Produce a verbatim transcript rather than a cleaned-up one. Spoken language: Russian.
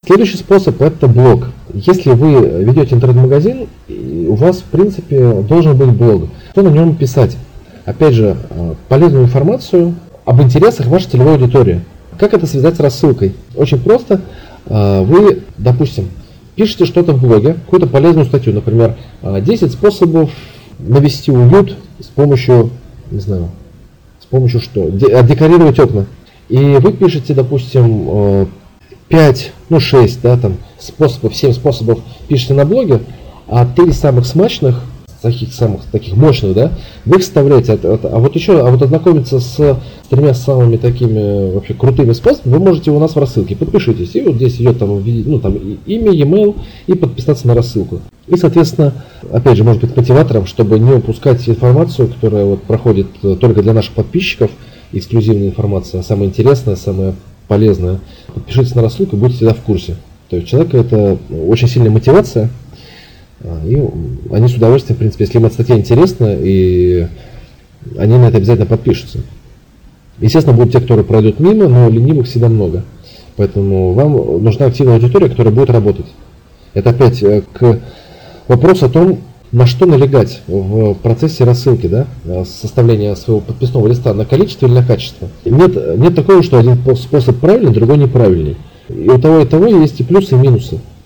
Следующий способ – это блог. Если вы ведете интернет-магазин, у вас, в принципе, должен быть блог. Что на нем писать? Опять же, полезную информацию об интересах вашей целевой аудитории. Как это связать с рассылкой? Очень просто. Вы, допустим, пишете что-то в блоге, какую-то полезную статью, например, десять способов навести уют с помощью, не знаю, с помощью что? Декорировать окна. И вы пишете, допустим, пять, ну шесть, да, там, способов, семь способов пишете на блоге, а три самых смачных, таких самых таких мощных, да, вы их вставляете. А, а вот еще, а вот ознакомиться с тремя самыми такими вообще крутыми способами вы можете у нас в рассылке. Подпишитесь, и вот здесь идет там, ну, там имя, e-mail и подписаться на рассылку. И, соответственно, опять же, может быть мотиватором, чтобы не упускать информацию, которая вот проходит только для наших подписчиков, эксклюзивная информация, самая интересная, самая полезная. Подпишитесь на рассылку, будете всегда в курсе. То есть человека это очень сильная мотивация, и они с удовольствием, в принципе, если им эта статья интересна, и они на это обязательно подпишутся. Естественно, будут те, которые пройдут мимо, но ленивых всегда много. Поэтому вам нужна активная аудитория, которая будет работать. Это опять к вопросу о том, на что налегать в процессе рассылки, да, составления своего подписного листа, на количество или на качество. Нет, нет такого, что один способ правильный, другой неправильный. И у того и того есть и плюсы, и минусы.